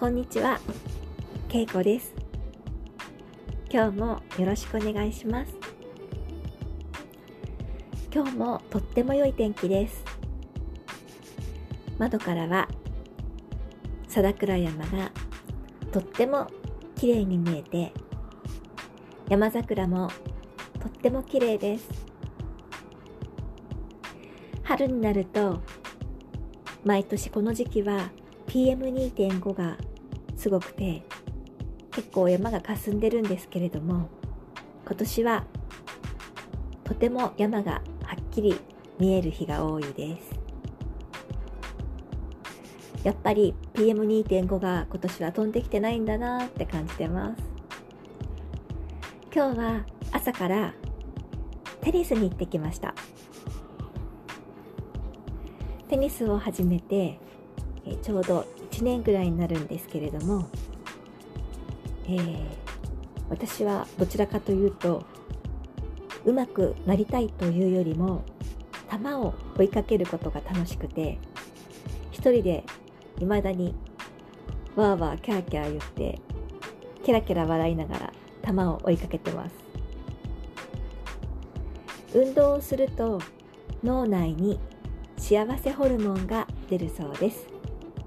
こんにちは、けいこです。今日もよろしくお願いします。今日もとっても良い天気です。窓からは貞倉山がとっても綺麗に見えて、山桜もとっても綺麗です。春になると毎年この時期は PM2.5 がすごくて、結構山が霞んでるんですけれども、今年はとても山がはっきり見える日が多いです。やっぱり PM2.5 が今年は飛んできてないんだなって感じてます。今日は朝からテニスに行ってきました。テニスを始めてちょうど1年ぐらいになるんですけれども、私はどちらかというと上手くなりたいというよりも球を追いかけることが楽しくて、一人で未だにわーわーキャーキャー言ってケラケラ笑いながら球を追いかけてます。運動をすると脳内に幸せホルモンが出るそうです。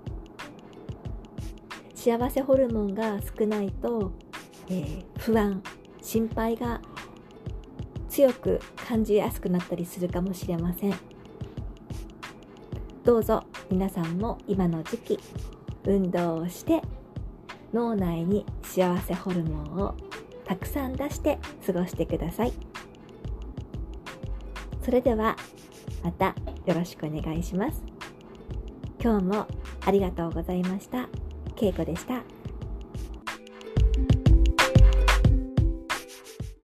幸せホルモンが少ないと、不安、心配が強く感じやすくなったりするかもしれません。どうぞ皆さんも今の時期運動をして脳内に幸せホルモンをたくさん出して過ごしてください。それではまたよろしくお願いします。今日もありがとうございました。けいこでした。